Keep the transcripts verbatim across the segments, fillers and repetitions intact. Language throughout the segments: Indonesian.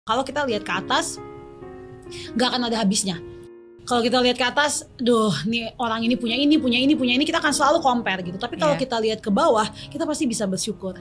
Kalau kita lihat ke atas, nggak akan ada habisnya. Kalau kita lihat ke atas, duh, nih orang ini punya ini, punya ini, punya ini, kita akan selalu compare gitu. Tapi kalau Iya. kita lihat ke bawah, kita pasti bisa bersyukur.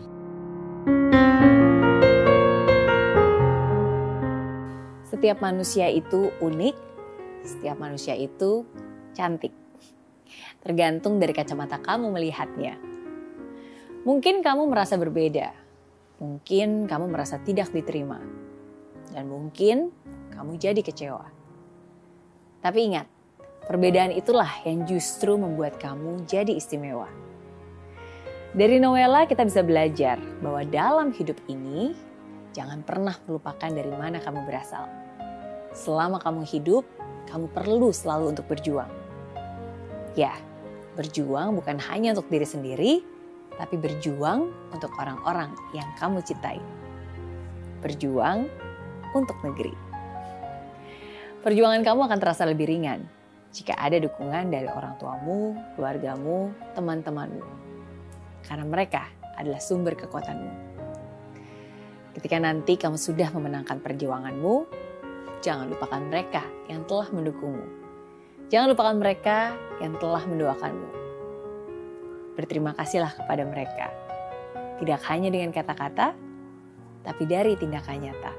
Setiap manusia itu unik, setiap manusia itu cantik. Tergantung dari kacamata kamu melihatnya. Mungkin kamu merasa berbeda, mungkin kamu merasa tidak diterima, dan mungkin kamu jadi kecewa. Tapi ingat, perbedaan itulah yang justru membuat kamu jadi istimewa. Dari Noella kita bisa belajar bahwa dalam hidup ini, jangan pernah melupakan dari mana kamu berasal. Selama kamu hidup, kamu perlu selalu untuk berjuang. Ya, berjuang bukan hanya untuk diri sendiri, tapi berjuang untuk orang-orang yang kamu cintai. Berjuang untuk negeri. Perjuangan kamu akan terasa lebih ringan jika ada dukungan dari orang tuamu, keluargamu, teman-temanmu. Karena mereka adalah sumber kekuatanmu. Ketika nanti kamu sudah memenangkan perjuanganmu, jangan lupakan mereka yang telah mendukungmu. Jangan lupakan mereka yang telah mendoakanmu. Berterima kasihlah kepada mereka. Tidak hanya dengan kata-kata, tapi dari tindakan nyata.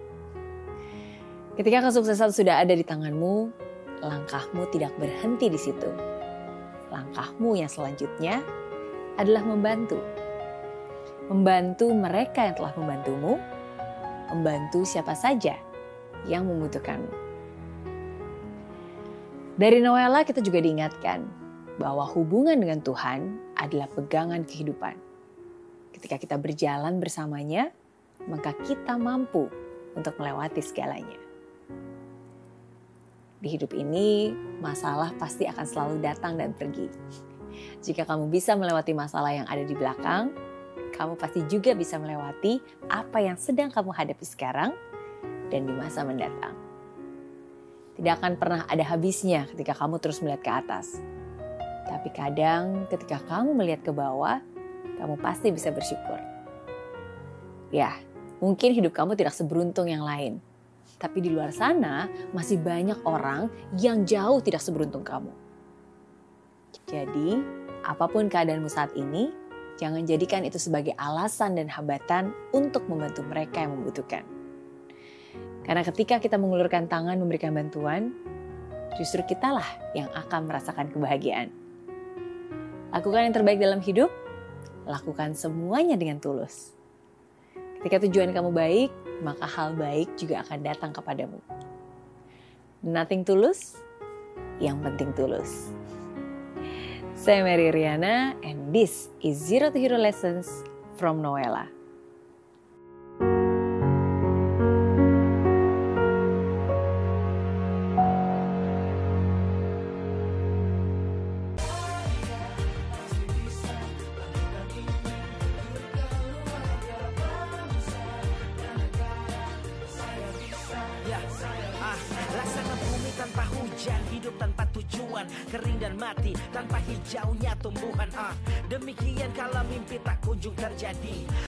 Ketika kesuksesan sudah ada di tanganmu, langkahmu tidak berhenti di situ. Langkahmu yang selanjutnya adalah membantu. Membantu mereka yang telah membantumu, membantu siapa saja yang membutuhkanmu. Dari Noella kita juga diingatkan bahwa hubungan dengan Tuhan adalah pegangan kehidupan. Ketika kita berjalan bersamanya, maka kita mampu untuk melewati segalanya. Di hidup ini, masalah pasti akan selalu datang dan pergi. Jika kamu bisa melewati masalah yang ada di belakang, kamu pasti juga bisa melewati apa yang sedang kamu hadapi sekarang dan di masa mendatang. Tidak akan pernah ada habisnya ketika kamu terus melihat ke atas. Tapi kadang ketika kamu melihat ke bawah, kamu pasti bisa bersyukur. Ya, mungkin hidup kamu tidak seberuntung yang lain. Tapi di luar sana masih banyak orang yang jauh tidak seberuntung kamu. Jadi, apapun keadaanmu saat ini, jangan jadikan itu sebagai alasan dan hambatan untuk membantu mereka yang membutuhkan. Karena ketika kita mengulurkan tangan memberikan bantuan, justru kitalah yang akan merasakan kebahagiaan. Lakukan yang terbaik dalam hidup, lakukan semuanya dengan tulus. Ketika tujuan kamu baik, maka hal baik juga akan datang kepadamu. Nothing tulus, yang penting tulus. Saya Mary Riana, and this is Zero to Hero Lessons from Noella. Laksana bumi tanpa hujan, hidup tanpa tujuan, kering dan mati tanpa hijaunya tumbuhan. Ah, demikian kalau mimpi tak kunjung terjadi.